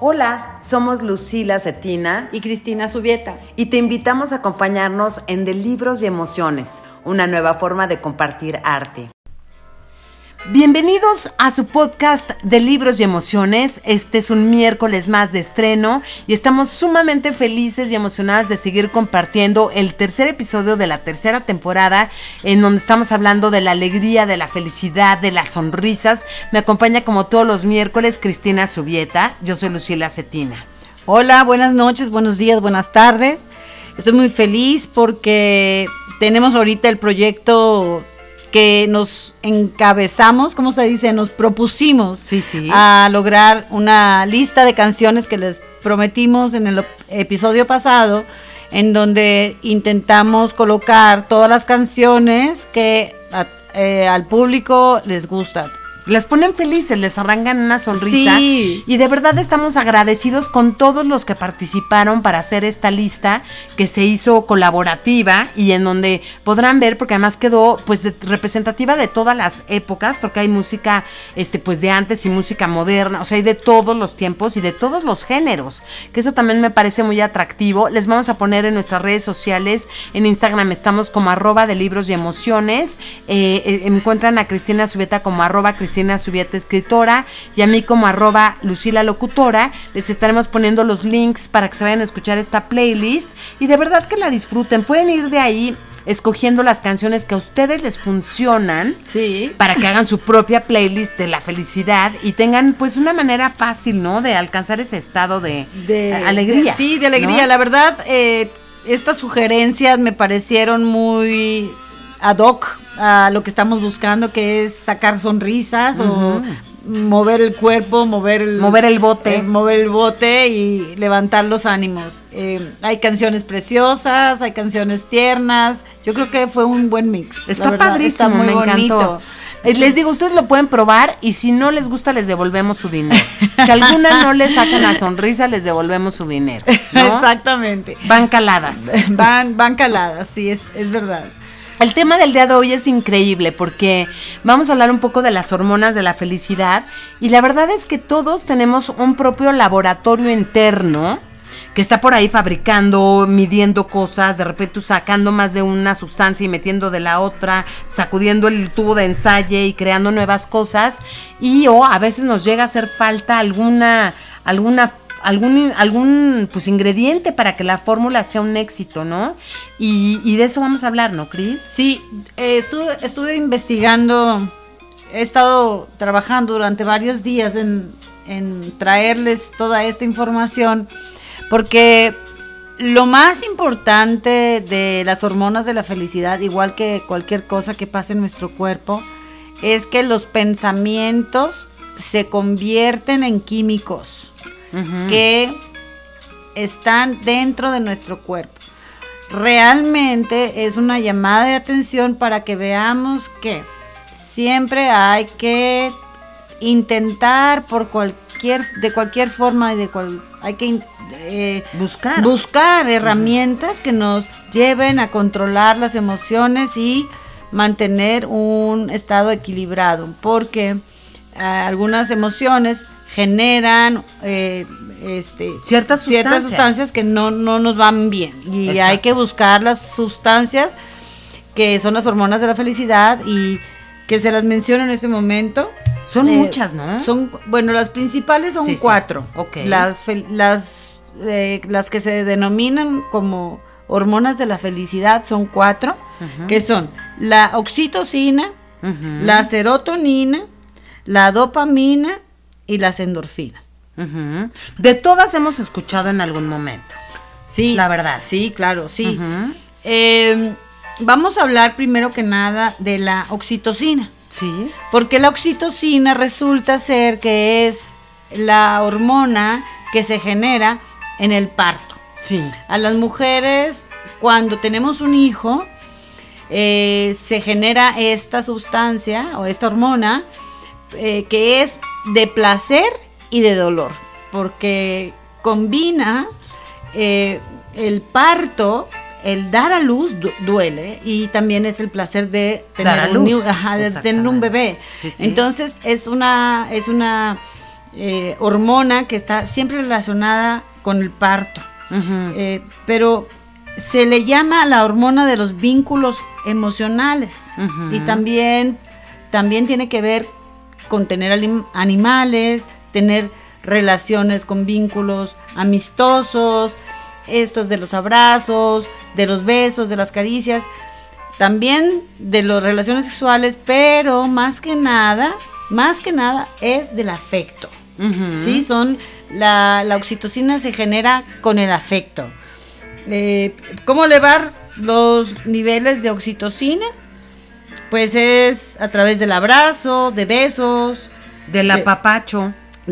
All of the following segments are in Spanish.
Hola, somos Lucila Cetina y Cristina Subieta y te invitamos a acompañarnos en De Libros y Emociones, una nueva forma de compartir arte. Bienvenidos a su podcast de Libros y Emociones. Este es un miércoles más de estreno y estamos sumamente felices y emocionadas de seguir compartiendo el tercer episodio de la tercera temporada, en donde estamos hablando de la alegría, de la felicidad, de las sonrisas. Me acompaña como todos los miércoles Cristina Subieta. Yo soy Lucila Cetina. Hola, buenas noches, buenos días, buenas tardes. Estoy muy feliz porque tenemos ahorita el proyecto que nos encabezamos, ¿cómo se dice? Nos propusimos a lograr una lista de canciones que les prometimos en el episodio pasado, en donde intentamos colocar todas las canciones que al público les gustan. Les ponen felices, les arrancan una sonrisa. Sí. Y de verdad estamos agradecidos con todos los que participaron para hacer esta lista que se hizo colaborativa y en donde podrán ver, porque además quedó pues representativa de todas las épocas, porque hay música pues de antes y música moderna, o sea, hay de todos los tiempos y de todos los géneros, que eso también me parece muy atractivo. Les vamos a poner en nuestras redes sociales, en Instagram estamos como @delibrosyemociones, encuentran a Cristina Subieta como @Cristina Subieta escritora y a mí como @Lucila locutora. Les estaremos poniendo los links para que se vayan a escuchar esta playlist y de verdad que la disfruten. Pueden ir de ahí escogiendo las canciones que a ustedes les funcionan, para que hagan su propia playlist de la felicidad y tengan pues una manera fácil, ¿no?, de alcanzar ese estado de alegría. De alegría, ¿no? La verdad, estas sugerencias me parecieron muy ad hoc a lo que estamos buscando, que es sacar sonrisas o mover el cuerpo, mover el bote y levantar los ánimos. Hay canciones preciosas, hay canciones tiernas. Yo creo que fue un buen mix. Está padrísimo, está muy bonito. Les digo, ustedes lo pueden probar y si no les gusta les devolvemos su dinero. Si alguna no les saca una sonrisa, les devolvemos su dinero, ¿no? Exactamente. Van caladas. Van caladas, sí, es verdad. El tema del día de hoy es increíble porque vamos a hablar un poco de las hormonas de la felicidad y la verdad es que todos tenemos un propio laboratorio interno que está por ahí fabricando, midiendo cosas, de repente sacando más de una sustancia y metiendo de la otra, sacudiendo el tubo de ensayo y creando nuevas cosas y a veces nos llega a hacer falta algún pues ingrediente para que la fórmula sea un éxito, ¿no? Y de eso vamos a hablar, ¿no, Cris? Sí, estuve investigando, he estado trabajando durante varios días en traerles toda esta información, porque lo más importante de las hormonas de la felicidad, igual que cualquier cosa que pase en nuestro cuerpo, es que los pensamientos se convierten en químicos que están dentro de nuestro cuerpo. Realmente es una llamada de atención para que veamos que siempre hay que intentar de cualquier forma hay que buscar herramientas que nos lleven a controlar las emociones y mantener un estado equilibrado, porque algunas emociones generan ciertas sustancias que no nos van bien y exacto, hay que buscar las sustancias que son las hormonas de la felicidad y que se las menciono en este momento. Son muchas, ¿no? Las principales son 4. Okay. Las que se denominan como hormonas de la felicidad son 4, que son la oxitocina, la serotonina, la dopamina y las endorfinas. De todas hemos escuchado en algún momento. Sí, la verdad. Sí, claro, sí. Vamos a hablar primero que nada de la oxitocina. Sí. Porque la oxitocina resulta ser que es la hormona que se genera en el parto. Sí. A las mujeres, cuando tenemos un hijo, se genera esta sustancia o esta hormona que es de placer y de dolor, porque combina el parto, el dar a luz duele, y también es el placer de tener un bebé. Sí, sí. Entonces es una hormona que está siempre relacionada con el parto. Pero se le llama la hormona de los vínculos emocionales. Y también tiene que ver con tener animales, tener relaciones con vínculos amistosos, estos de los abrazos, de los besos, de las caricias, también de las relaciones sexuales, pero más que nada es del afecto. ¿Sí? Son la oxitocina se genera con el afecto. ¿Cómo elevar los niveles de oxitocina? Pues es a través del abrazo, de besos, del apapacho,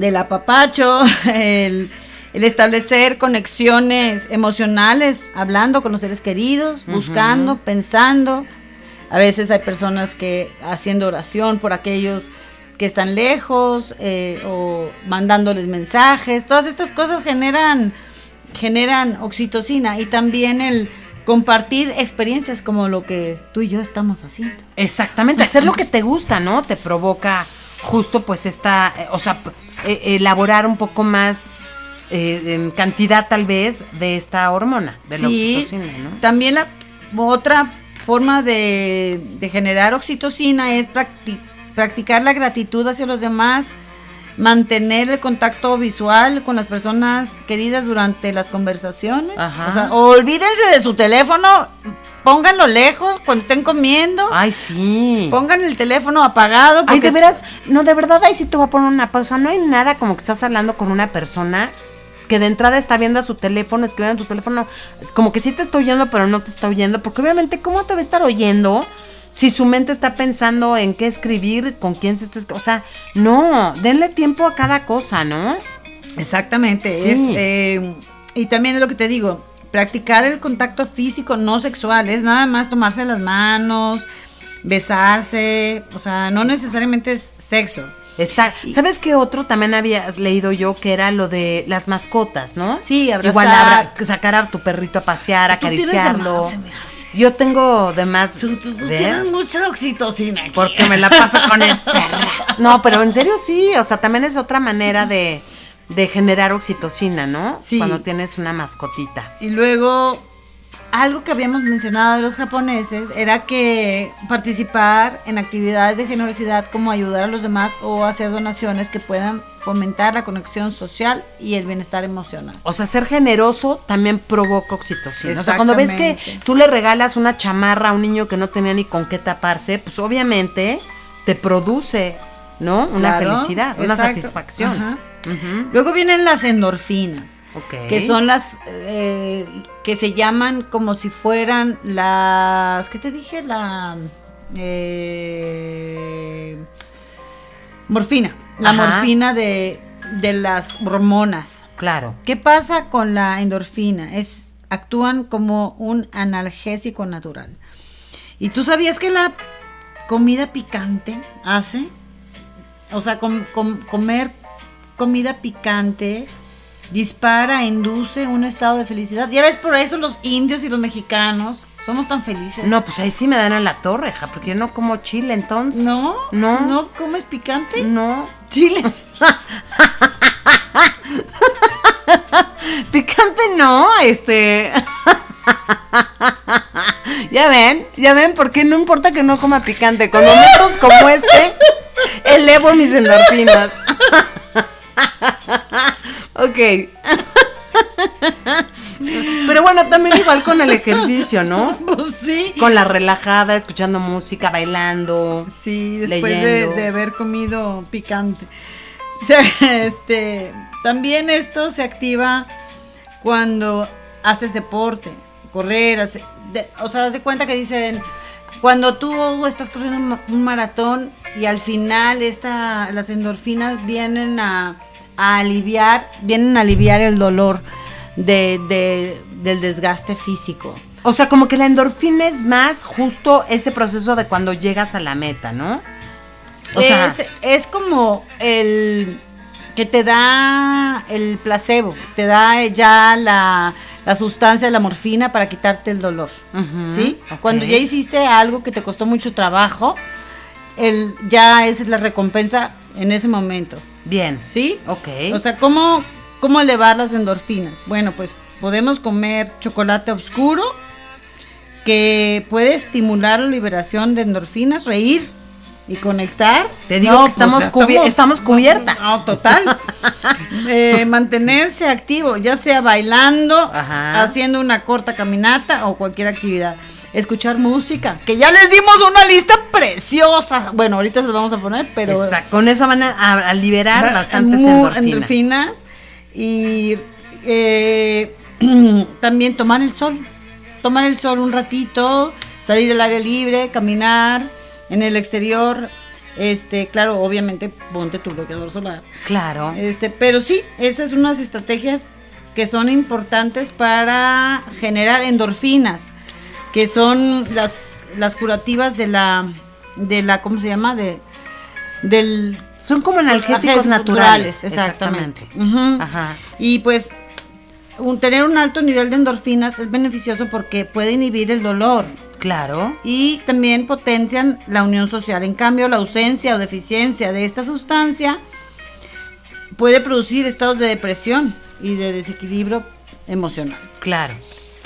el establecer conexiones emocionales, hablando con los seres queridos, buscando, pensando. A veces hay personas que haciendo oración por aquellos que están lejos, o mandándoles mensajes. Todas estas cosas generan oxitocina, y también el compartir experiencias como lo que tú y yo estamos haciendo. Exactamente, hacer lo que te gusta, ¿no? Te provoca justo pues elaborar un poco más en cantidad tal vez de esta hormona, de la oxitocina, ¿no? También la otra forma de generar oxitocina es practicar la gratitud hacia los demás, mantener el contacto visual con las personas queridas durante las conversaciones. O sea, olvídense de su teléfono, pónganlo lejos cuando estén comiendo. Ay, sí. Pongan el teléfono apagado. Ay, de veras, no, de verdad, ahí sí te voy a poner una pausa. No hay nada como que estás hablando con una persona que de entrada está viendo a su teléfono, escribiendo en tu teléfono, es como que sí te está oyendo, pero no te está oyendo, porque obviamente, ¿cómo te va a estar oyendo si su mente está pensando en qué escribir, con quién se está escribiendo? O sea, no, denle tiempo a cada cosa, ¿no? Exactamente, sí. Y también es lo que te digo, practicar el contacto físico no sexual, es nada más tomarse las manos, besarse, o sea, no necesariamente es sexo. Exacto. ¿Sabes qué otro también habías leído yo? Que era lo de las mascotas, ¿no? Sí, abrazar. Igual sacar a tu perrito a pasear, acariciarlo. Yo tengo de más. Tú tienes mucha oxitocina aquí. Porque me la paso con el perro. No, pero en serio sí, o sea, también es otra manera de generar oxitocina, ¿no? Sí. Cuando tienes una mascotita. Y luego, algo que habíamos mencionado de los japoneses era que participar en actividades de generosidad como ayudar a los demás o hacer donaciones que puedan fomentar la conexión social y el bienestar emocional. O sea, ser generoso también provoca oxitocina. O sea, cuando ves que tú le regalas una chamarra a un niño que no tenía ni con qué taparse, pues obviamente te produce, ¿no? Una felicidad, una satisfacción. Luego vienen las endorfinas. Que son las que se llaman como si fueran las, ¿qué te dije? La morfina. La morfina de las hormonas. Claro. ¿Qué pasa con la endorfina? Actúan como un analgésico natural. ¿Y tú sabías que la comida picante hace? O sea, comer comida picante dispara, induce un estado de felicidad. Ya ves, por eso los indios y los mexicanos somos tan felices. No, pues ahí sí me dan a la torre, hija, porque yo no como chile, entonces. ¿No comes picante? No. Chiles. Picante no, Ya ven, porque no importa que no coma picante, con momentos como elevo mis endorfinas. Ok. Pero bueno, también igual con el ejercicio, ¿no? Pues sí. Con la relajada, escuchando música, bailando. Sí, después leyendo. de haber comido picante. O sea, también esto se activa cuando haces deporte, correr, o sea, haz de cuenta que dicen, cuando tú estás corriendo un maratón y al final las endorfinas vienen a aliviar el dolor del desgaste físico. O sea, como que la endorfina es más justo ese proceso de cuando llegas a la meta, ¿no? O sea, es como el que te da el placebo, te da ya la sustancia de la morfina para quitarte el dolor, ¿sí? Okay. Cuando ya hiciste algo que te costó mucho trabajo, ya es la recompensa en ese momento. Bien. ¿Sí? Ok. O sea, ¿cómo elevar las endorfinas? Bueno, pues podemos comer chocolate oscuro, que puede estimular la liberación de endorfinas, reír y conectar. Te digo que estamos cubiertas. No, total. Mantenerse activo, ya sea bailando, haciendo una corta caminata o cualquier actividad. Escuchar música, que ya les dimos una lista preciosa. Bueno, ahorita se las vamos a poner, pero... Exacto. Con eso van a liberar bastantes endorfinas. Y también tomar el sol un ratito, salir al aire libre, caminar en el exterior. Claro, obviamente ponte tu bloqueador solar. Claro. Pero sí, esas son unas estrategias que son importantes para generar endorfinas, que son las curativas de la ¿cómo se llama? Son como analgésicos naturales. Exactamente. Ajá. Y pues tener un alto nivel de endorfinas es beneficioso porque puede inhibir el dolor. Claro. Y también potencian la unión social. En cambio, la ausencia o deficiencia de esta sustancia puede producir estados de depresión y de desequilibrio emocional. Claro.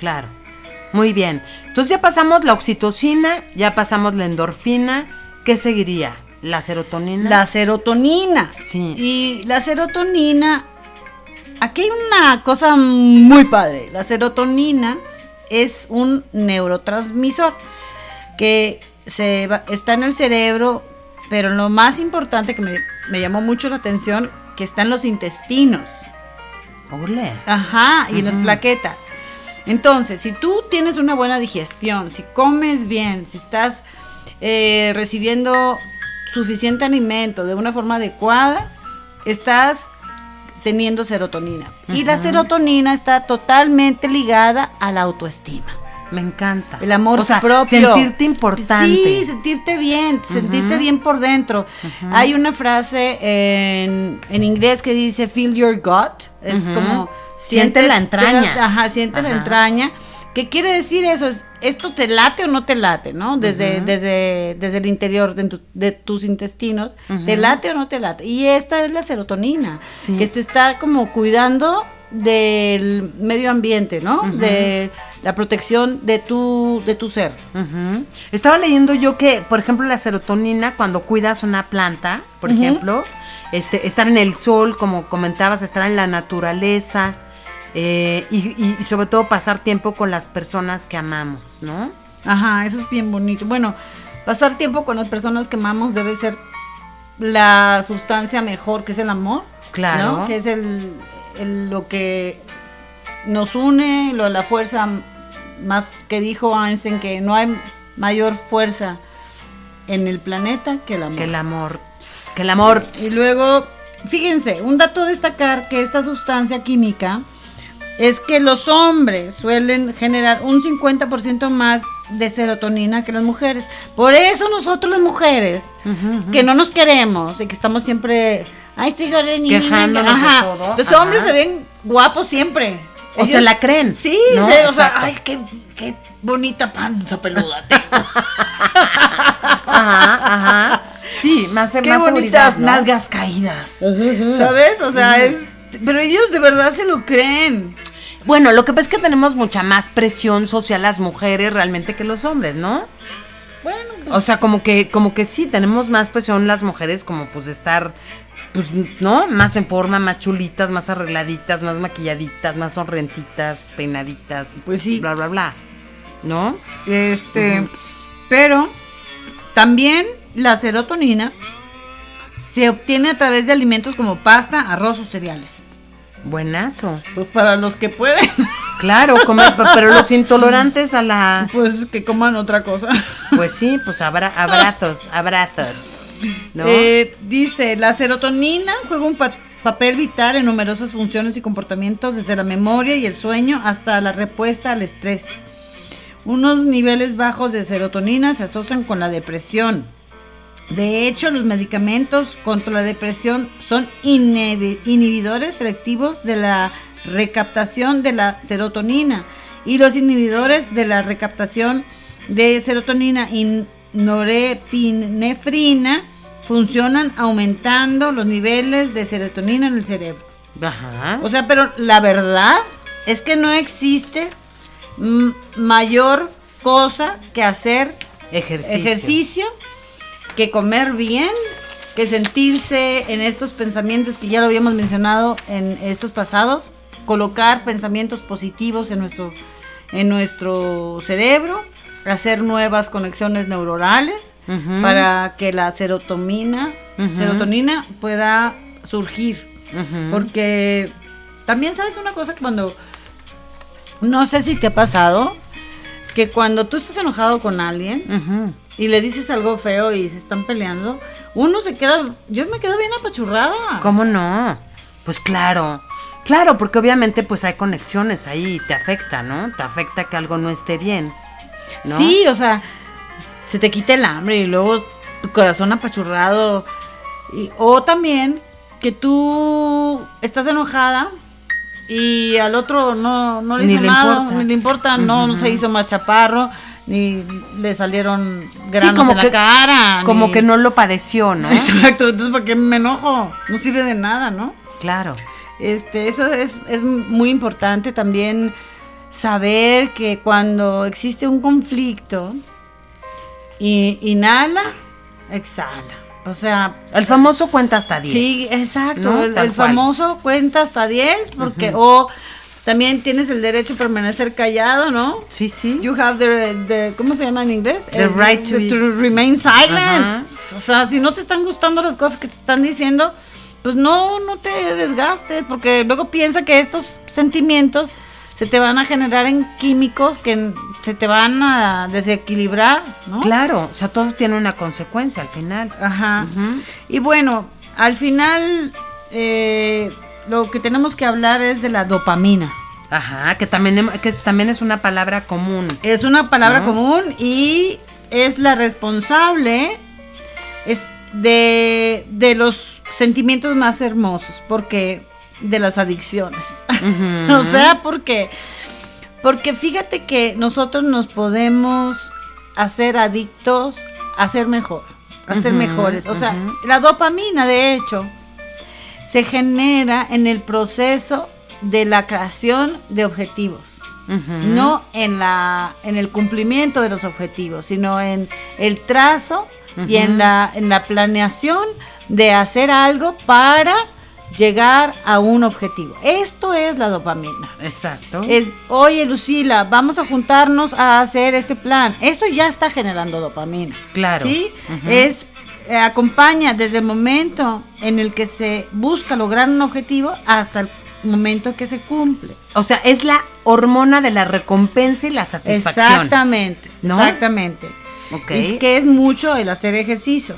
Muy bien. Entonces ya pasamos la oxitocina, ya pasamos la endorfina. ¿Qué seguiría? ¿La serotonina? La serotonina. Sí. Y la serotonina, aquí hay una cosa muy padre. La serotonina es un neurotransmisor que está en el cerebro, pero lo más importante que me llamó mucho la atención, que está en los intestinos. ¡Ole! Ajá, y en las plaquetas. Entonces, si tú tienes una buena digestión, si comes bien, si estás recibiendo suficiente alimento de una forma adecuada, estás teniendo serotonina. Y la serotonina está totalmente ligada a la autoestima. Me encanta. El amor propio. Sentirte importante. Sí, sentirte bien por dentro. Hay una frase en inglés que dice feel your gut. Es como siente la entraña. Siente la entraña. ¿Qué quiere decir eso? ¿Esto te late o no te late, no? Desde el interior de tus intestinos, ¿te late o no te late? Y esta es la serotonina, que se está como cuidando del medio ambiente, ¿no? De la protección de tu ser. Estaba leyendo yo que, por ejemplo, la serotonina, cuando cuidas una planta, por ejemplo, estar en el sol, como comentabas, estar en la naturaleza, y sobre todo pasar tiempo con las personas que amamos, ¿no? Ajá, eso es bien bonito. Bueno, pasar tiempo con las personas que amamos debe ser la sustancia mejor, que es el amor. Claro. ¿no? Que es lo que nos une, la fuerza más que dijo Einstein, que no hay mayor fuerza en el planeta que el amor. Que el amor. Y luego, fíjense, un dato a destacar que esta sustancia química es que los hombres suelen generar un 50% más de serotonina que las mujeres. Por eso nosotros las mujeres, que no nos queremos y que estamos siempre, quejándonos de todo. Los hombres se ven guapos siempre. Ellos se la creen. Sí, ¿no? o sea, ay, qué bonita panza peluda tengo. Ajá. Sí, más qué más bonitas seguridad, ¿no? nalgas caídas. ¿Sabes? O sea, pero ellos de verdad se lo creen. Bueno, lo que pasa es que tenemos mucha más presión social las mujeres realmente que los hombres, ¿no? Bueno, o sea, como que sí, tenemos más presión las mujeres como pues de estar, pues, ¿no? Más en forma, más chulitas, más arregladitas, más maquilladitas, más sonrientitas, peinaditas. Pues sí. Bla, bla, bla. ¿No? Pero también la serotonina se obtiene a través de alimentos como pasta, arroz o cereales. Buenazo. Pues para los que pueden. Claro, pero los intolerantes a la... Pues que coman otra cosa. Pues sí, pues abrazos, ¿no? Dice, la serotonina juega un papel vital en numerosas funciones y comportamientos, desde la memoria y el sueño hasta la respuesta al estrés. Unos niveles bajos de serotonina se asocian con la depresión. De hecho, los medicamentos contra la depresión son inhibidores selectivos de la recaptación de la serotonina, y los inhibidores de la recaptación de serotonina y norepinefrina funcionan aumentando los niveles de serotonina en el cerebro. Ajá. O sea, pero la verdad es que no existe mayor cosa que hacer ejercicio, que comer bien, que sentirse en estos pensamientos que ya lo habíamos mencionado en estos pasados, colocar pensamientos positivos en nuestro cerebro, hacer nuevas conexiones neuronales para que la serotonina pueda surgir. Porque también sabes una cosa, cuando, no sé si te ha pasado, que cuando tú estás enojado con alguien y le dices algo feo y se están peleando, yo me quedo bien apachurrada. ¿Cómo no? Pues claro, porque obviamente pues hay conexiones ahí y te afecta, ¿no? Te afecta que algo no esté bien, ¿no? Sí, o sea, se te quita el hambre y luego tu corazón apachurrado. O también que tú estás enojada y al otro no le hizo nada, ni le importa, no se hizo más chaparro, ni le salieron granos en la cara. Como que no lo padeció, ¿no? Exacto, entonces ¿para qué me enojo? No sirve de nada, ¿no? Claro. Eso es muy importante también, saber que cuando existe un conflicto, inhala, exhala. O sea, el famoso cuenta hasta 10. Sí, exacto. ¿No? El famoso cuenta hasta 10, porque o también tienes el derecho a permanecer callado, ¿no? Sí, sí. You have the ¿cómo se llama en inglés? The right to remain silent. O sea, si no te están gustando las cosas que te están diciendo, pues no te desgastes, porque luego piensa que estos sentimientos se te van a generar en químicos que se te van a desequilibrar, ¿no? Claro, o sea, todo tiene una consecuencia al final. Ajá. Y bueno, al final lo que tenemos que hablar es de la dopamina. Ajá, que también es una palabra común. Es una palabra común y es la responsable de los sentimientos más hermosos, porque de las adicciones. O sea, porque fíjate que nosotros nos podemos hacer adictos a ser mejor, a ser mejores. O sea, la dopamina, de hecho, se genera en el proceso de la creación de objetivos. No en el cumplimiento de los objetivos, sino en el trazo y en la planeación de hacer algo para llegar a un objetivo. Esto es la dopamina. Exacto. Oye, Lucila, vamos a juntarnos a hacer este plan. Eso ya está generando dopamina. Claro. ¿Sí? Acompaña desde el momento en el que se busca lograr un objetivo hasta el momento que se cumple. O sea, es la hormona de la recompensa y la satisfacción. Exactamente, ¿no? Exactamente. Okay. Es que es mucho el hacer ejercicio.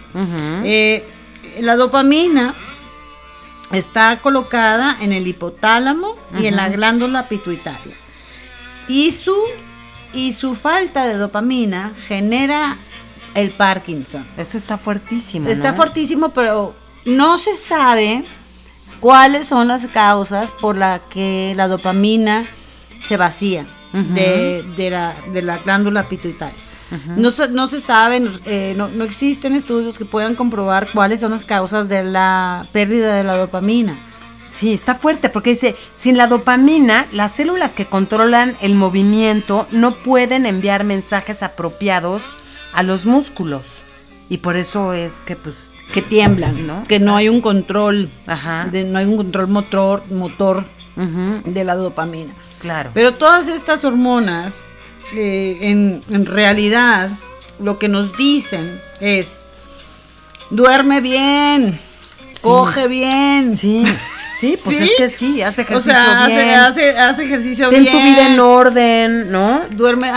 La dopamina está colocada en el hipotálamo y en la glándula pituitaria. Y su falta de dopamina genera el Parkinson. Eso está fuertísimo. Está fuertísimo, pero no se sabe cuáles son las causas por las que la dopamina se vacía de la glándula pituitaria. No se sabe, no existen estudios que puedan comprobar cuáles son las causas de la pérdida de la dopamina. Sí, está fuerte porque dice, sin la dopamina, las células que controlan el movimiento no pueden enviar mensajes apropiados a los músculos. Y por eso es que pues que tiemblan, ¿no? Que no hay un control, no hay un control motor de la dopamina. Claro. Pero todas estas hormonas en realidad lo que nos dicen es: duerme bien, coge bien. Sí, pues ¿sí? Es que sí, hace ejercicio bien. Hace ejercicio bien. Ten tu vida en orden, ¿no? Duerme,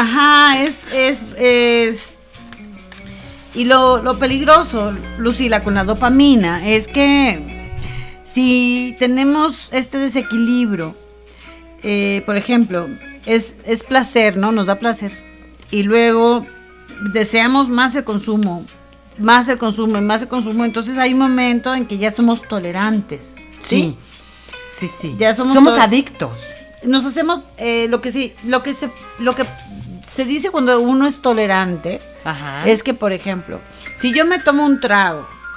y lo peligroso, Lucila, con la dopamina es que si tenemos este desequilibrio, por ejemplo, es placer, ¿no? Nos da placer. Y luego deseamos más el consumo. Entonces hay un momento en que ya somos tolerantes. Sí. Ya somos adictos. Nos hacemos lo que se dice cuando uno es tolerante es que, por ejemplo, si yo me tomo un trago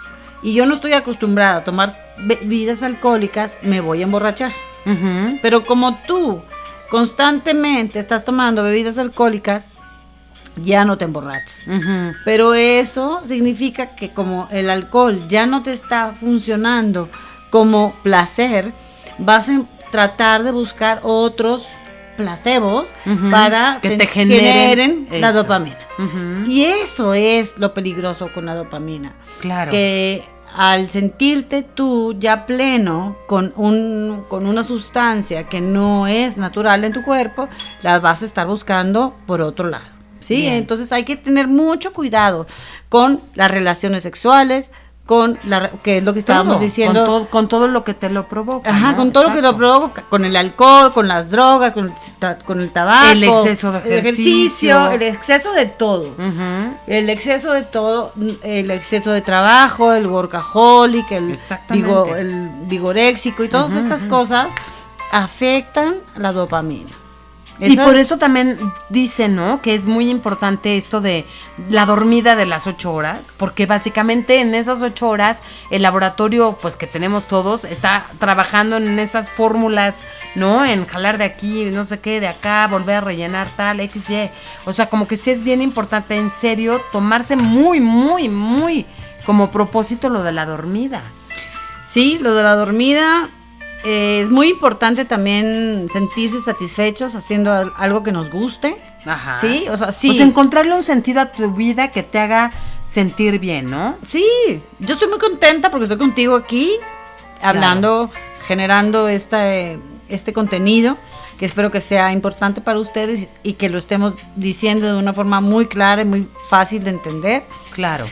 y yo no estoy acostumbrada a tomar bebidas alcohólicas, me voy a emborrachar. Pero como tú constantemente estás tomando bebidas alcohólicas, ya no te emborrachas. Pero eso significa que como el alcohol ya no te está funcionando como placer, vas a tratar de buscar otros placebos para que te generen la dopamina. Y eso es lo peligroso con la dopamina. Claro. Que al sentirte tú ya pleno con una sustancia que no es natural en tu cuerpo, la vas a estar buscando por otro lado. ¿Sí? Bien. Entonces hay que tener mucho cuidado con las relaciones sexuales, que es lo que estábamos diciendo. Con todo lo que te lo provoca. Ajá, ¿no? con todo lo que lo provoca, con el alcohol, con las drogas, con el tabaco. El exceso de ejercicio. El exceso de todo. El exceso de todo, el exceso de trabajo, el workaholic, el vigoréxico y todas estas cosas afectan la dopamina. Y por eso también dicen, ¿no?, que es muy importante esto de la dormida de las 8 horas, porque básicamente en esas 8 horas el laboratorio, pues que tenemos todos, está trabajando en esas fórmulas, ¿no?, en jalar de aquí, no sé qué, de acá, volver a rellenar tal, XY. O sea, como que sí es bien importante, en serio, tomarse muy, muy, muy como propósito lo de la dormida. Sí, lo de la dormida. Es muy importante también sentirse satisfechos haciendo algo que nos guste. Ajá. Sí, o sea, sí. Pues encontrarle un sentido a tu vida que te haga sentir bien, ¿no? Sí, yo estoy muy contenta porque estoy contigo aquí, hablando, generando este contenido, que espero que sea importante para ustedes y que lo estemos diciendo de una forma muy clara y muy fácil de entender. Claro.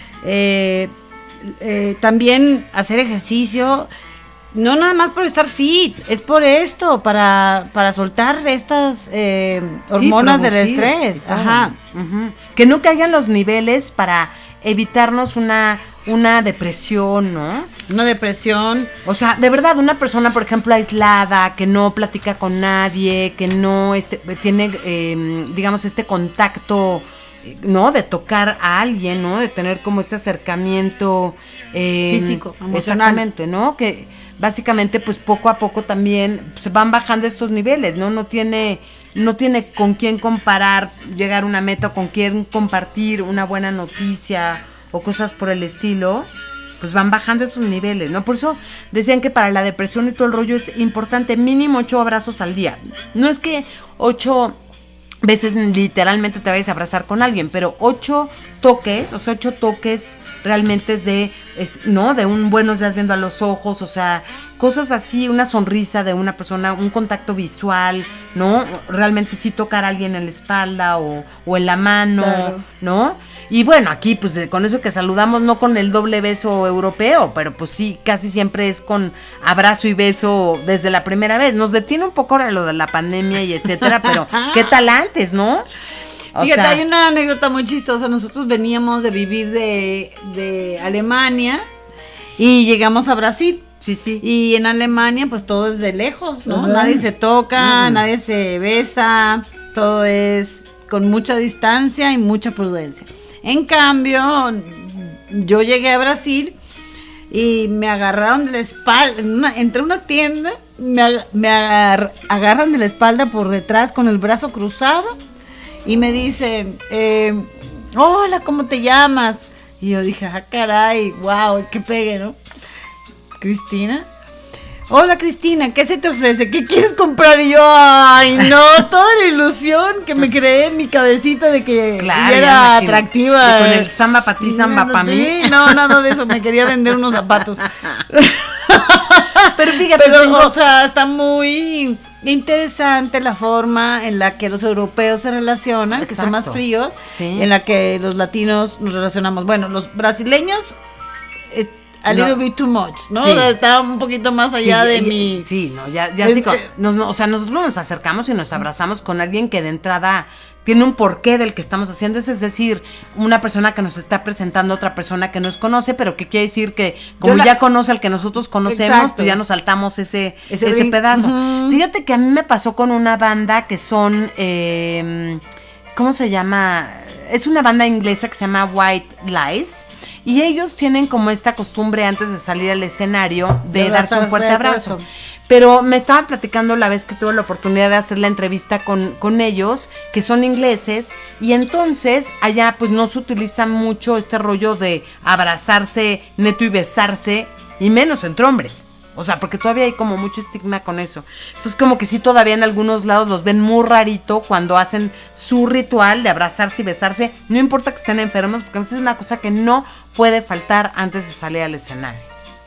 También hacer ejercicio. No nada más por estar fit, es por esto, para soltar estas hormonas del estrés. Ajá. Que no caigan los niveles para evitarnos una depresión, ¿no? Una depresión. O sea, de verdad, una persona, por ejemplo, aislada, que no platica con nadie, que no tiene, digamos, este contacto, ¿no?, de tocar a alguien, ¿no?, de tener como este acercamiento físico, emocional. Exactamente, ¿no? Que básicamente, pues poco a poco también se van bajando estos niveles, ¿no? No tiene con quién comparar, llegar a una meta, o con quién compartir una buena noticia o cosas por el estilo, pues van bajando esos niveles, ¿no? Por eso decían que para la depresión y todo el rollo es importante mínimo 8 abrazos al día. No es que 8 veces literalmente te vayas a abrazar con alguien, pero 8 toques, o sea, 8 toques realmente es ¿no?, de un buenos días viendo a los ojos, o sea, cosas así, una sonrisa de una persona, un contacto visual, ¿no? Realmente sí tocar a alguien en la espalda o en la mano, claro, ¿no? Y bueno, aquí pues con eso que saludamos, no con el doble beso europeo, pero pues sí, casi siempre es con abrazo y beso desde la primera vez. Nos detiene un poco ahora lo de la pandemia y etcétera, pero ¿qué tal antes, no? Fíjate, hay una anécdota muy chistosa. Nosotros veníamos de vivir de Alemania y llegamos a Brasil. Sí, sí. Y en Alemania pues todo es de lejos, ¿no? Nadie se toca, nadie se besa, todo es con mucha distancia y mucha prudencia. En cambio, yo llegué a Brasil y me agarraron de la espalda, entré a una tienda, me agarran de la espalda por detrás con el brazo cruzado y me dicen, hola, ¿cómo te llamas? Y yo dije, caray, wow, qué pegue, ¿no? Cristina. Hola, Cristina, ¿qué se te ofrece? ¿Qué quieres comprar? Y yo, ay, no, toda la ilusión que me creé en mi cabecita de que claro, era atractiva. Con el samba para ti, samba para mí. No, nada de eso, me quería vender unos zapatos. Pero fíjate, o sea, está muy interesante la forma en la que los europeos se relacionan, exacto, que son más fríos, sí, en la que los latinos nos relacionamos. Bueno, los brasileños... a little bit too much, ¿no? Sí. O sea, está un poquito más allá de mi... Sí, no, ya sí, o sea, nosotros nos acercamos y nos abrazamos con alguien que de entrada tiene un porqué del que estamos haciendo eso, es decir, una persona que nos está presentando a otra persona que nos conoce, pero que quiere decir que como ya conoce al que nosotros conocemos, exacto, pues ya nos saltamos ese pedazo. Fíjate que a mí me pasó con una banda que son, ¿cómo se llama? Es una banda inglesa que se llama White Lies. y ellos tienen como esta costumbre antes de salir al escenario de darse un fuerte abrazo. Pero me estaban platicando la vez que tuve la oportunidad de hacer la entrevista con ellos, que son ingleses, y entonces allá pues no se utiliza mucho este rollo de abrazarse neto y besarse, y menos entre hombres. O sea, porque todavía hay como mucho estigma con eso. Entonces como que sí, todavía en algunos lados los ven muy rarito cuando hacen su ritual de abrazarse y besarse. No importa que estén enfermos, porque es una cosa que no puede faltar antes de salir al escenario.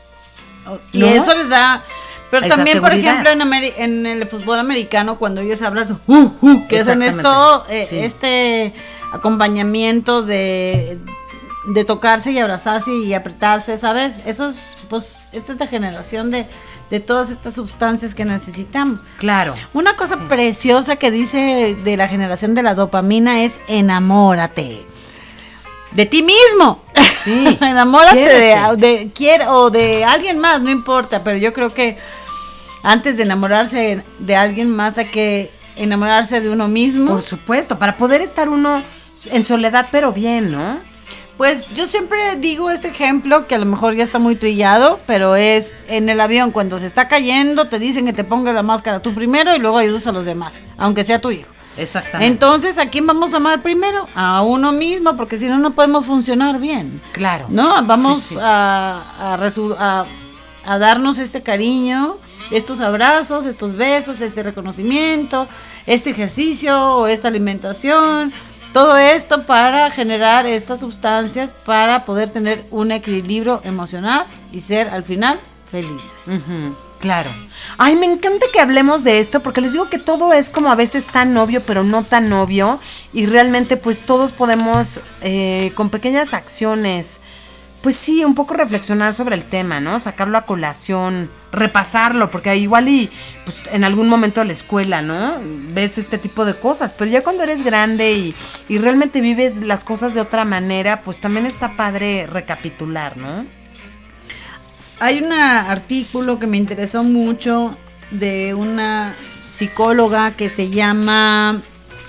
Y ¿no? Eso les da... Pero esa también, seguridad. Por ejemplo, en el fútbol americano, cuando ellos hablan, que hacen esto, sí. Este acompañamiento de tocarse y abrazarse y apretarse, ¿sabes? Eso es, pues, esta es la generación de todas estas sustancias que necesitamos. Claro. Una cosa preciosa que dice de la generación de la dopamina es enamórate de ti mismo. Sí. Enamórate o de alguien más, no importa, pero yo creo que antes de enamorarse de alguien más hay que enamorarse de uno mismo. Por supuesto, para poder estar uno en soledad, pero bien, ¿no? Pues yo siempre digo este ejemplo que a lo mejor ya está muy trillado, pero es en el avión, cuando se está cayendo, te dicen que te pongas la máscara tú primero y luego ayudas a los demás, aunque sea tu hijo. Exactamente. Entonces, ¿a quién vamos a amar primero? A uno mismo, porque si no, no podemos funcionar bien. Claro. ¿No? Vamos a darnos este cariño, estos abrazos, estos besos, este reconocimiento, este ejercicio o esta alimentación, todo esto para generar estas sustancias para poder tener un equilibrio emocional y ser al final felices. Uh-huh. Claro. Ay, me encanta que hablemos de esto porque les digo que todo es como a veces tan obvio pero no tan obvio y realmente pues todos podemos con pequeñas acciones pues sí, un poco reflexionar sobre el tema, ¿no? Sacarlo a colación, repasarlo, porque igual y pues en algún momento de la escuela, ¿no? Ves este tipo de cosas, pero ya cuando eres grande y realmente vives las cosas de otra manera, pues también está padre recapitular, ¿no? Hay un artículo que me interesó mucho de una psicóloga que se llama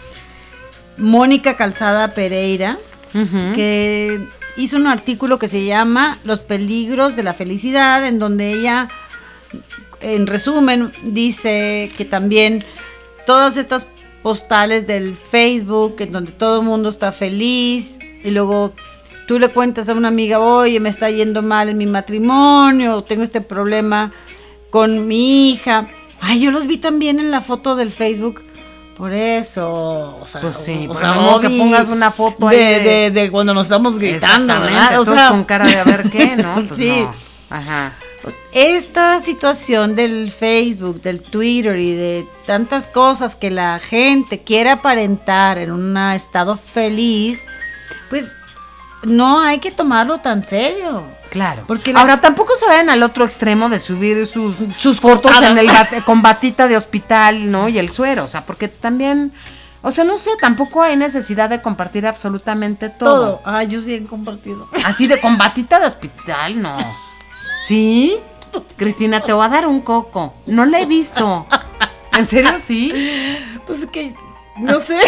Mónica Calzada Pereira, uh-huh. que hizo un artículo que se llama Los peligros de la felicidad, en donde ella, en resumen, dice que también todas estas postales del Facebook, en donde todo el mundo está feliz, y luego tú le cuentas a una amiga, oye, me está yendo mal en mi matrimonio, tengo este problema con mi hija. Ay, yo los vi también en la foto del Facebook. Por eso, o sea, pues sí, o sea, no que pongas una foto ahí de cuando nos estamos gritando, ¿verdad? O sea, con cara de a ver qué, ¿no? Pues sí. No. Ajá. Esta situación del Facebook, del Twitter y de tantas cosas que la gente quiere aparentar en un estado feliz, pues no hay que tomarlo tan serio. Claro. Porque ahora tampoco se vayan al otro extremo de subir sus fotos con batita de hospital, ¿no? Y el suero, o sea, porque también, o sea, no sé, tampoco hay necesidad de compartir absolutamente todo. Ah, yo sí he compartido. Así de con batita de hospital, no. ¿Sí? Cristina, te voy a dar un coco. No la he visto. ¿En serio sí? Pues es que no sé.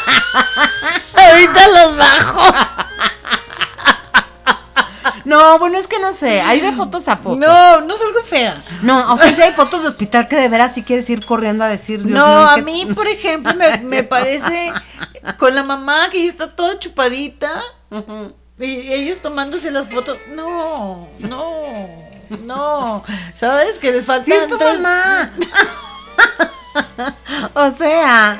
Ahorita los bajo. No, bueno, es que no sé, hay de fotos a fotos. No salgo fea. No, o sea, si hay fotos de hospital que de veras sí quieres ir corriendo a decir, Dios no, mío, a mí, por ejemplo, me parece con la mamá que está toda chupadita, uh-huh. Y ellos tomándose las fotos. No, ¿sabes? Que les falta. Sí, es tu mamá. O sea,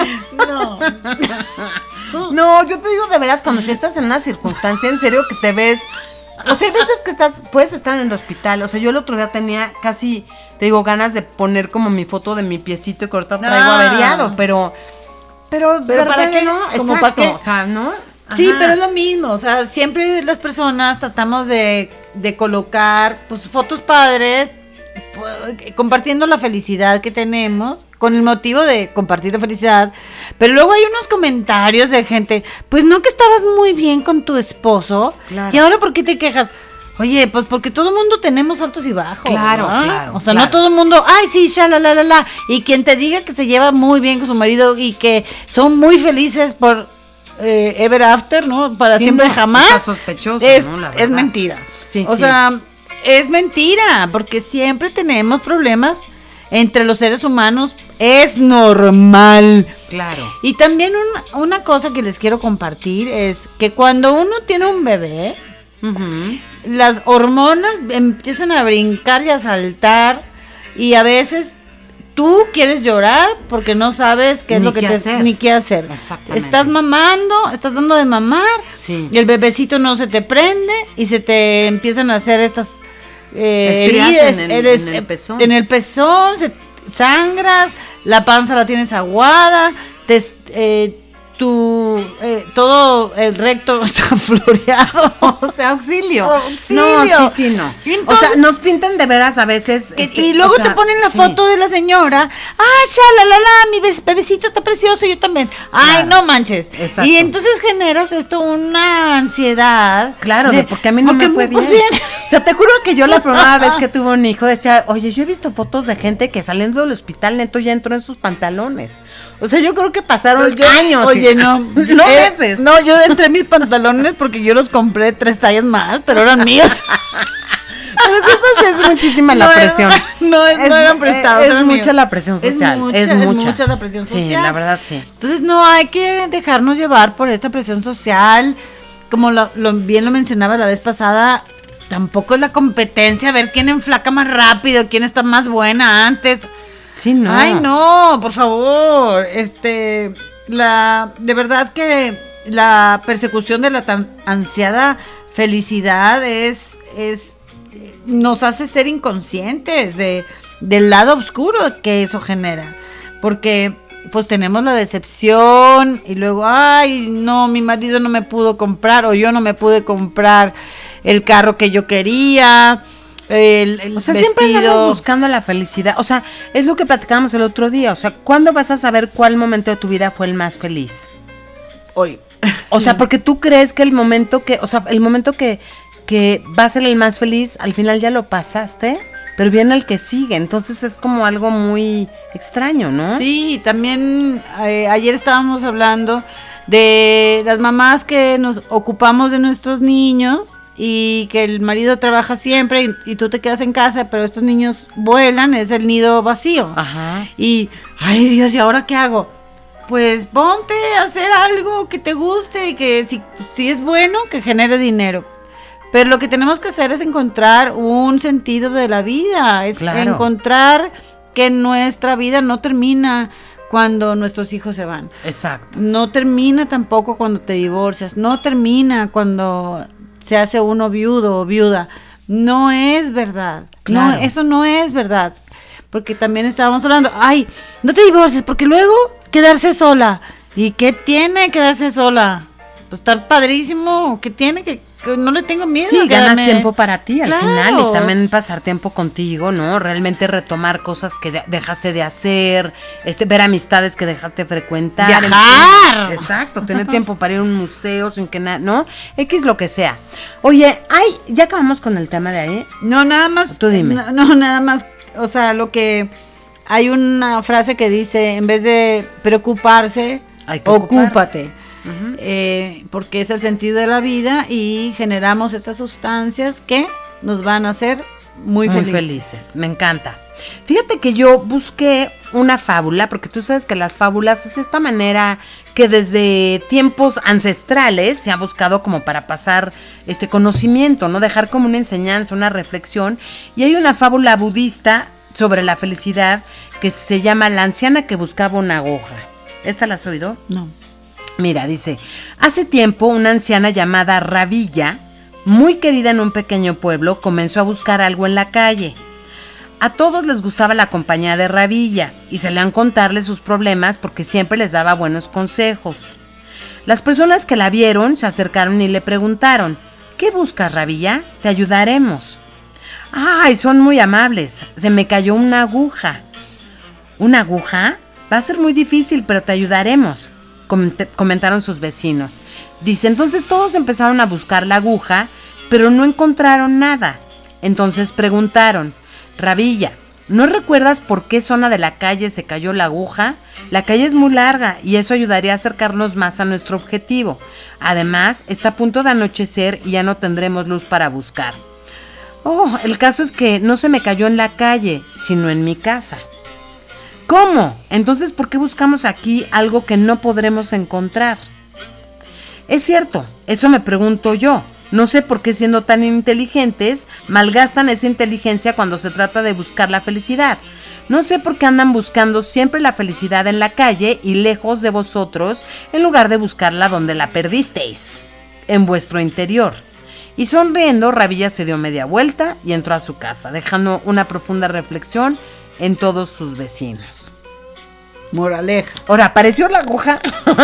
no, yo te digo de veras, cuando si estás en una circunstancia en serio que te ves, o sea, hay veces que puedes estar en el hospital, o sea, yo el otro día tenía casi, te digo, ganas de poner como mi foto de mi piecito y que ahorita traigo averiado, pero ¿para qué? No, como exacto, para qué, o sea, ¿no? Ajá. Sí, pero es lo mismo, o sea, siempre las personas tratamos de colocar, pues, fotos padres, compartiendo la felicidad que tenemos, con el motivo de compartir la felicidad, pero luego hay unos comentarios de gente, pues no que estabas muy bien con tu esposo, claro. Y ahora ¿por qué te quejas? Oye, pues porque todo el mundo tenemos altos y bajos. Claro, ¿no? claro. O sea, claro. No todo el mundo, ay, sí, y quien te diga que se lleva muy bien con su marido y que son muy felices por ever after, ¿no? Para siempre jamás. Está sospechoso, ¿no? La verdad. Es mentira. Sí, o sea, es mentira, porque siempre tenemos problemas entre los seres humanos, es normal. Claro. Y también una cosa que les quiero compartir es que cuando uno tiene un bebé, las hormonas empiezan a brincar y a saltar, y a veces tú quieres llorar porque no sabes qué es lo que ni qué hacer. Exactamente. Estás mamando, estás dando de mamar, sí. Y el bebecito no se te prende y se te empiezan a hacer estas heridas en el pezón. En el pezón, sangras, la panza la tienes aguada, todo el recto está floreado. O sea, auxilio. Auxilio. Sí, no. Entonces, o sea, nos pintan de veras a veces. Y luego te ponen la foto de la señora. Mi bebecito está precioso, yo también. Ay, no manches. Exacto. Y entonces generas una ansiedad. Claro, porque a mí no me fue bien. O sea, te juro que yo la primera vez que tuve un hijo decía, oye, yo he visto fotos de gente que saliendo del hospital neto ya entró en sus pantalones. O sea, yo creo que pasaron años. Oye, no meses. No, yo entré en mis pantalones porque yo los compré 3 tallas más, pero eran míos. Pero eso es muchísima la presión. No eran prestados. Es mucha la presión social. Es mucha la presión social. Sí, la verdad, sí. Entonces no hay que dejarnos llevar por esta presión social. Como bien lo mencionaba la vez pasada, tampoco es la competencia a ver quién enflaca más rápido, quién está más buena antes. Sí, no. Ay, no, por favor. De verdad que la persecución de la tan ansiada felicidad nos hace ser inconscientes del lado oscuro que eso genera. Porque pues tenemos la decepción y luego, ay, no, mi marido no me pudo comprar o yo no me pude comprar el carro que yo quería. O sea, siempre andamos buscando la felicidad. O sea, es lo que platicábamos el otro día. O sea, ¿cuándo vas a saber cuál momento de tu vida fue el más feliz? Hoy. O sea, porque tú crees que el momento que va a ser el más feliz, al final ya lo pasaste, pero viene el que sigue. Entonces es como algo muy extraño, ¿no? Sí, también ayer estábamos hablando de las mamás que nos ocupamos de nuestros niños y que el marido trabaja siempre y tú te quedas en casa, pero estos niños vuelan, es el nido vacío. Ajá. Y, ay Dios, ¿y ahora qué hago? Pues ponte a hacer algo que te guste y que si es bueno, que genere dinero. Pero lo que tenemos que hacer es encontrar un sentido de la vida, es encontrar que nuestra vida no termina cuando nuestros hijos se van. Exacto. No termina tampoco cuando te divorcias, no termina cuando se hace uno viudo o viuda. No es verdad. Claro. No, eso no es verdad. Porque también estábamos hablando, ay, no te divorcies, porque luego quedarse sola. ¿Y qué tiene quedarse sola? Pues estar padrísimo, ¿qué tiene que no le tengo miedo? Sí, ganas tiempo para ti al final y también pasar tiempo contigo, ¿no? Realmente retomar cosas que dejaste de hacer, ver amistades que dejaste de frecuentar. ¡Viajar! Exacto, tener tiempo para ir a un museo sin que nada, ¿no? X lo que sea. Oye, ¿ya acabamos con el tema de ahí? No, nada más. Tú dime. No, nada más, o sea, hay una frase que dice, en vez de preocuparse, ocúpate. Porque es el sentido de la vida y generamos estas sustancias que nos van a hacer muy felices. Me encanta. Fíjate que yo busqué una fábula, porque tú sabes que las fábulas es esta manera que desde tiempos ancestrales se ha buscado como para pasar este conocimiento, ¿no? Dejar como una enseñanza, una reflexión. Y hay una fábula budista sobre la felicidad que se llama La anciana que buscaba una aguja. ¿Esta la has oído? No. Mira, dice, hace tiempo una anciana llamada Rabilla, muy querida en un pequeño pueblo, comenzó a buscar algo en la calle. A todos les gustaba la compañía de Rabilla y salían a contarle sus problemas porque siempre les daba buenos consejos. Las personas que la vieron se acercaron y le preguntaron, ¿qué buscas, Rabilla? Te ayudaremos. ¡Ay, son muy amables! Se me cayó una aguja. ¿Una aguja? Va a ser muy difícil, pero te ayudaremos, comentaron sus vecinos. Dice, entonces todos empezaron a buscar la aguja, pero no encontraron nada. Entonces preguntaron, Rabilla, ¿No recuerdas por qué zona de la calle se cayó la aguja? La calle es muy larga y eso ayudaría a acercarnos más a nuestro objetivo. Además, está a punto de anochecer y ya no tendremos luz para buscar. Oh, el caso es que no se me cayó en la calle, sino en mi casa. ¿Cómo? Entonces, ¿por qué buscamos aquí algo que no podremos encontrar? Es cierto, eso me pregunto yo. No sé por qué, siendo tan inteligentes, malgastan esa inteligencia cuando se trata de buscar la felicidad. No sé por qué andan buscando siempre la felicidad en la calle y lejos de vosotros, en lugar de buscarla donde la perdisteis, en vuestro interior. Y sonriendo, Rabilla se dio media vuelta y entró a su casa, dejando una profunda reflexión en todos sus vecinos. Moraleja. Ahora, ¿apareció la aguja?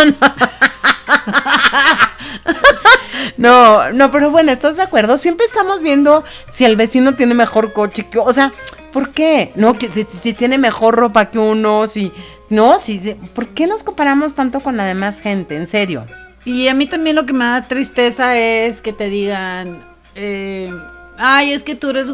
No, pero bueno, ¿estás de acuerdo? Siempre estamos viendo si el vecino tiene mejor coche que, o sea, ¿por qué? No, que si tiene mejor ropa que uno, ¿por qué nos comparamos tanto con la demás gente? En serio. Y a mí también lo que me da tristeza es que te digan, ay, es que tú eres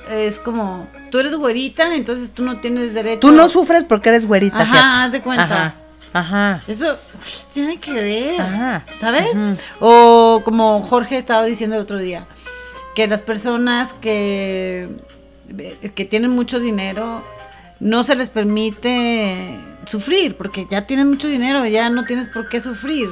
güerita, entonces tú no tienes derecho. Tú no sufres porque eres güerita. Ajá, fíjate. haz de cuenta. Ajá. Eso tiene que ver, ¿sabes? Ajá. O como Jorge estaba diciendo el otro día, que las personas que tienen mucho dinero no se les permite sufrir, porque ya tienen mucho dinero, ya no tienes por qué sufrir.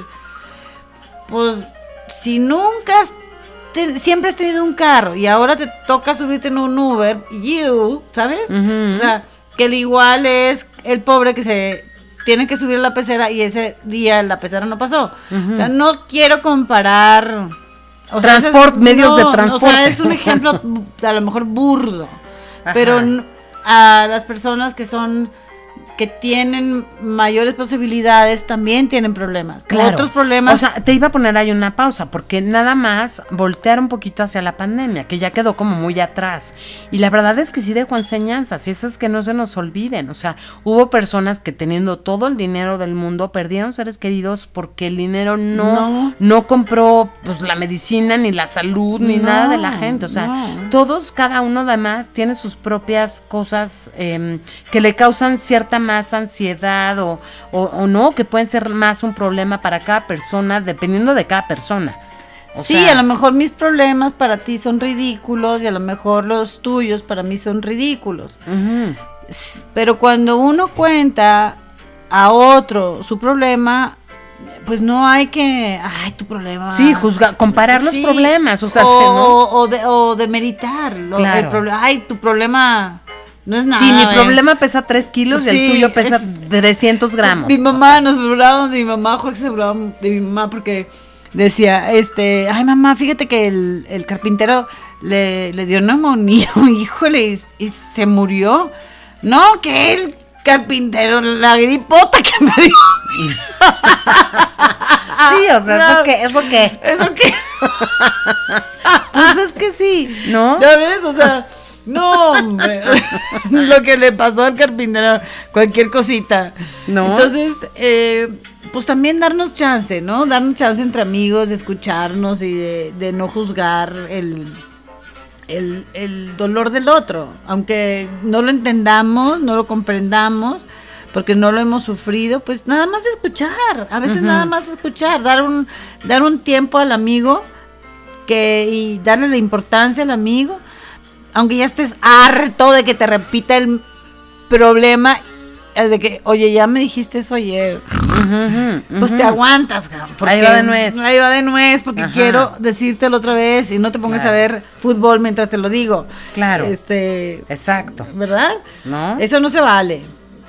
Pues si nunca siempre has tenido un carro y ahora te toca subirte en un Uber, ¿sabes? Uh-huh. O sea, que el igual es el pobre que se tiene que subir a la pecera y ese día la pecera no pasó. Uh-huh. O sea, no quiero comparar medios de transporte. O sea, es un ejemplo a lo mejor burdo. Ajá. Pero a las personas que tienen mayores posibilidades también tienen problemas. Claro. Otros problemas. O sea, te iba a poner ahí una pausa, porque nada más voltear un poquito hacia la pandemia, que ya quedó como muy atrás. Y la verdad es que sí dejó enseñanzas, y esas que no se nos olviden. O sea, hubo personas que teniendo todo el dinero del mundo perdieron seres queridos porque el dinero no compró pues la medicina, ni la salud, ni nada de la gente. O sea, todos, cada uno además tiene sus propias cosas que le causan cierta más ansiedad o no, que pueden ser más un problema para cada persona, dependiendo de cada persona. O sea, a lo mejor mis problemas para ti son ridículos y a lo mejor los tuyos para mí son ridículos. Uh-huh. Pero cuando uno cuenta a otro su problema, pues no hay que, ay, tu problema. Sí, comparar los problemas, o sea, o demeritar. Claro. El problema, ay, tu problema no es nada. Sí, mi problema pesa 3 kilos y el tuyo pesa 300 gramos. Mi mamá, nos burlábamos de mi mamá, Jorge se burlaba de mi mamá porque decía, ay mamá, fíjate que el carpintero le dio neumonía, híjole, y se murió. No, que el carpintero, la gripota que me dio. Sí, o sea, ¿eso qué? Pues es que sí, ¿no? ¿Ya ves? O sea, no, hombre, lo que le pasó al carpintero, cualquier cosita. ¿No? Entonces, pues también darnos chance, ¿no? Darnos chance entre amigos, de escucharnos y de no juzgar el dolor del otro. Aunque no lo entendamos, no lo comprendamos, porque no lo hemos sufrido, pues nada más escuchar. A veces nada más escuchar, dar un tiempo al amigo y darle la importancia al amigo. Aunque ya estés harto de que te repita el problema, de que, oye, ya me dijiste eso ayer, pues te aguantas, ahí va de nuez, porque quiero decírtelo otra vez y no te pongas a ver fútbol mientras te lo digo. Claro. Exacto. ¿Verdad? ¿No? Eso no se vale.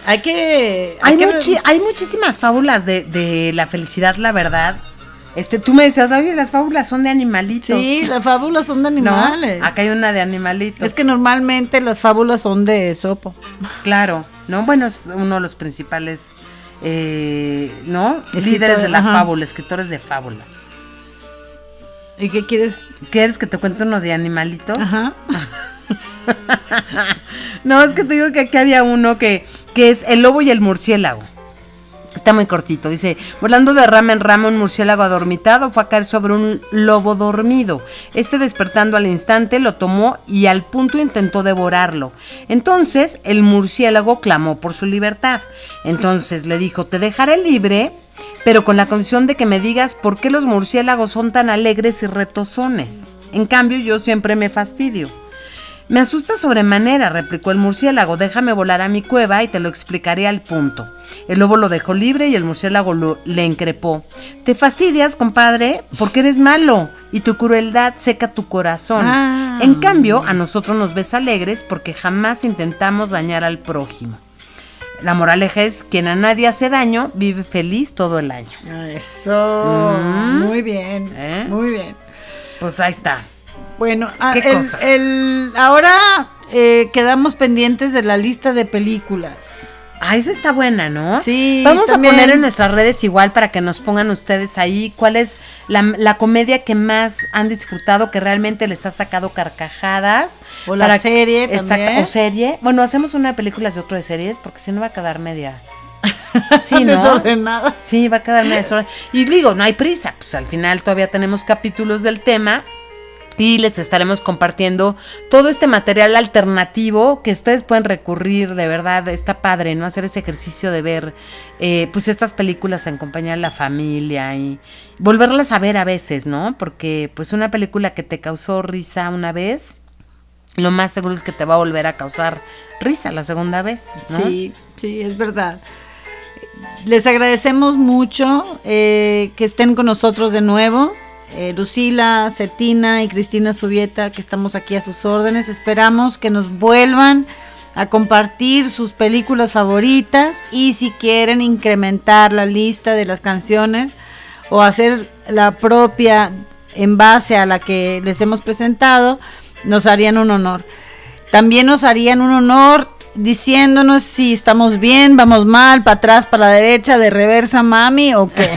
Hay muchísimas fábulas de la felicidad, la verdad. Tú me decías, oye, las fábulas son de animalitos. Sí, las fábulas son de animales. No, acá hay una de animalitos. Es que normalmente las fábulas son de Esopo. Claro, ¿no? Bueno, es uno de los principales, líderes de la fábula, escritores de fábula. ¿Y qué quieres? ¿Quieres que te cuente uno de animalitos? Ajá. No, es que te digo que aquí había uno que es el lobo y el murciélago. Está muy cortito, dice, volando de rama en rama un murciélago adormitado fue a caer sobre un lobo dormido. Despertando al instante lo tomó y al punto intentó devorarlo. Entonces el murciélago clamó por su libertad. Entonces le dijo, te dejaré libre, pero con la condición de que me digas por qué los murciélagos son tan alegres y retozones. En cambio yo siempre me fastidio. Me asusta sobremanera, replicó el murciélago, déjame volar a mi cueva y te lo explicaré al punto. El lobo lo dejó libre y el murciélago le increpó. Te fastidias, compadre, porque eres malo y tu crueldad seca tu corazón. En cambio, a nosotros nos ves alegres porque jamás intentamos dañar al prójimo. La moraleja es, quien a nadie hace daño, vive feliz todo el año. Eso, muy bien, muy bien. Pues ahí está. Bueno, ahora quedamos pendientes de la lista de películas. Esa está buena, ¿no? Sí. Vamos también a poner en nuestras redes igual para que nos pongan ustedes ahí cuál es la comedia que más han disfrutado, que realmente les ha sacado carcajadas. O la serie también. O serie. Bueno, hacemos una de películas y otra de series, porque si no va a quedar media... Sí, ¿no? Desordenada. Sí, va a quedar media desordenada. Y digo, no hay prisa, pues al final todavía tenemos capítulos del tema. Y les estaremos compartiendo todo este material alternativo que ustedes pueden recurrir, de verdad, está padre, ¿no? Hacer ese ejercicio de ver, pues estas películas en compañía de la familia y volverlas a ver a veces, ¿no? Porque pues una película que te causó risa una vez, lo más seguro es que te va a volver a causar risa la segunda vez, ¿no? Sí, sí, es verdad. Les agradecemos mucho que estén con nosotros de nuevo. Lucila, Cetina y Cristina Subieta, que estamos aquí a sus órdenes. Esperamos que nos vuelvan a compartir sus películas favoritas y si quieren incrementar la lista de las canciones o hacer la propia en base a la que les hemos presentado, nos harían un honor. También nos harían un honor diciéndonos si estamos bien, vamos mal, para atrás, para la derecha, de reversa, mami, o qué.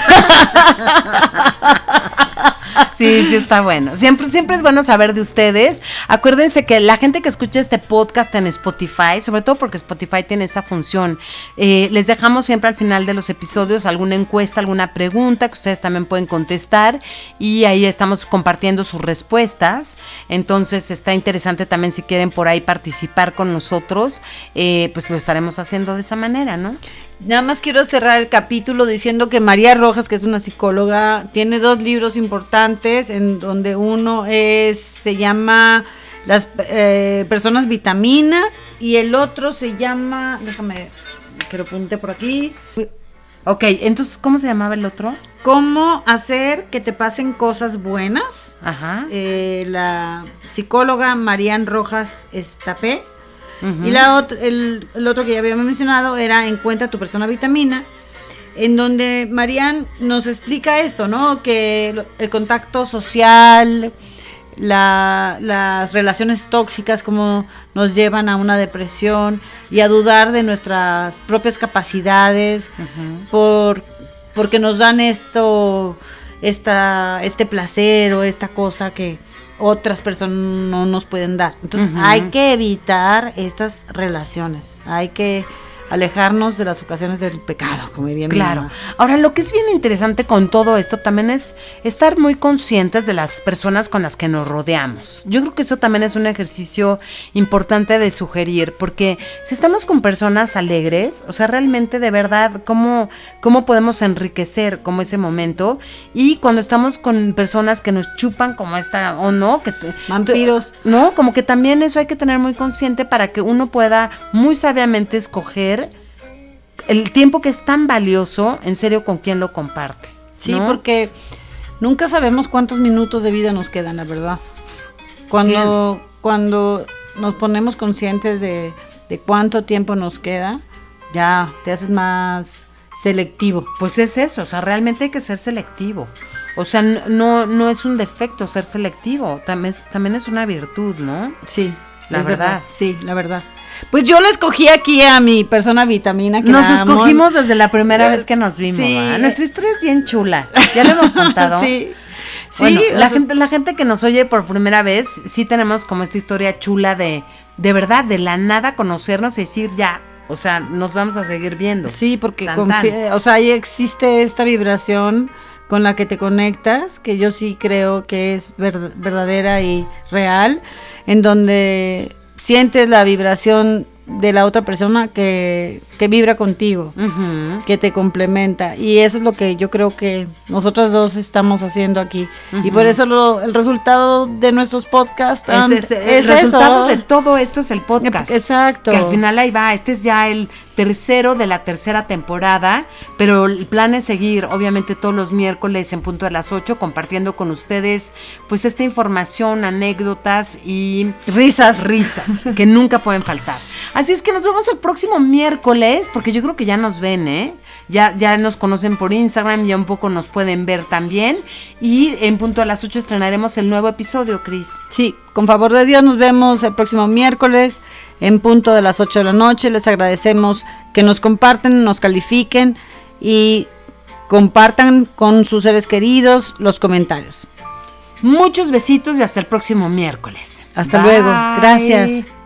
Sí, sí está bueno. Siempre es bueno saber de ustedes. Acuérdense que la gente que escucha este podcast en Spotify, sobre todo porque Spotify tiene esa función, les dejamos siempre al final de los episodios alguna encuesta, alguna pregunta que ustedes también pueden contestar y ahí estamos compartiendo sus respuestas. Entonces está interesante también si quieren por ahí participar con nosotros, pues lo estaremos haciendo de esa manera, ¿no? Nada más quiero cerrar el capítulo diciendo que María Rojas, que es una psicóloga, tiene 2 libros importantes, en donde uno se llama Las personas vitamina y el otro se llama, déjame que lo apunte por aquí. Ok, entonces, ¿cómo se llamaba el otro? ¿Cómo hacer que te pasen cosas buenas? Ajá. La psicóloga Marian Rojas Estapé. Uh-huh. Y el otro que ya habíamos mencionado era Encuentra tu persona vitamina, en donde Marian nos explica esto, ¿no? Que el contacto social, las relaciones tóxicas, cómo nos llevan a una depresión y a dudar de nuestras propias capacidades, uh-huh, porque nos dan este placer o esta cosa que otras personas no nos pueden dar. Entonces, uh-huh, hay que evitar estas relaciones, hay que alejarnos de las ocasiones del pecado, como diría mi mamá. Ahora, lo que es bien interesante con todo esto también es estar muy conscientes de las personas con las que nos rodeamos. Yo creo que eso también es un ejercicio importante de sugerir, porque si estamos con personas alegres, o sea, realmente de verdad, ¿cómo podemos enriquecer como ese momento? Y cuando estamos con personas que nos chupan como esta, o no, vampiros. No, como que también eso hay que tener muy consciente para que uno pueda muy sabiamente escoger el tiempo que es tan valioso, en serio, con quién lo comparte. Sí, ¿no? Porque nunca sabemos cuántos minutos de vida nos quedan, la verdad. Cuando nos ponemos conscientes de cuánto tiempo nos queda, ya te haces más selectivo. Pues es eso, o sea, realmente hay que ser selectivo. O sea, no es un defecto ser selectivo, también es una virtud, ¿no? Sí, la verdad. Sí, la verdad. Pues yo le escogí aquí a mi persona vitamina. Que nos escogimos desde la primera vez que nos vimos. Sí. Nuestra historia es bien chula. ¿Ya lo hemos contado? Sí. Bueno, la gente que nos oye por primera vez, sí tenemos como esta historia chula de verdad, de la nada conocernos y decir ya, O sea, nos vamos a seguir viendo. Sí, porque o sea, ahí existe esta vibración con la que te conectas, que yo sí creo que es verdadera y real, en donde sientes la vibración de la otra persona que vibra contigo, que te complementa, y eso es lo que yo creo que nosotras dos estamos haciendo aquí, y por eso el resultado de nuestros podcasts el resultado de todo esto es el podcast. Exacto. Que al final ahí va, este es ya el tercero de la tercera temporada, pero el plan es seguir, obviamente, todos los miércoles en punto de las 8, compartiendo con ustedes, pues, esta información, anécdotas y risas que nunca pueden faltar. Así es que nos vemos el próximo miércoles, porque yo creo que ya nos ven, ya nos conocen por Instagram, ya un poco nos pueden ver también, y en punto de las 8 estrenaremos el nuevo episodio, Cris. Sí, con favor de Dios nos vemos el próximo miércoles en punto de las 8 de la noche. Les agradecemos que nos comparten, nos califiquen y compartan con sus seres queridos los comentarios. Muchos besitos y hasta el próximo miércoles. Hasta luego. Gracias.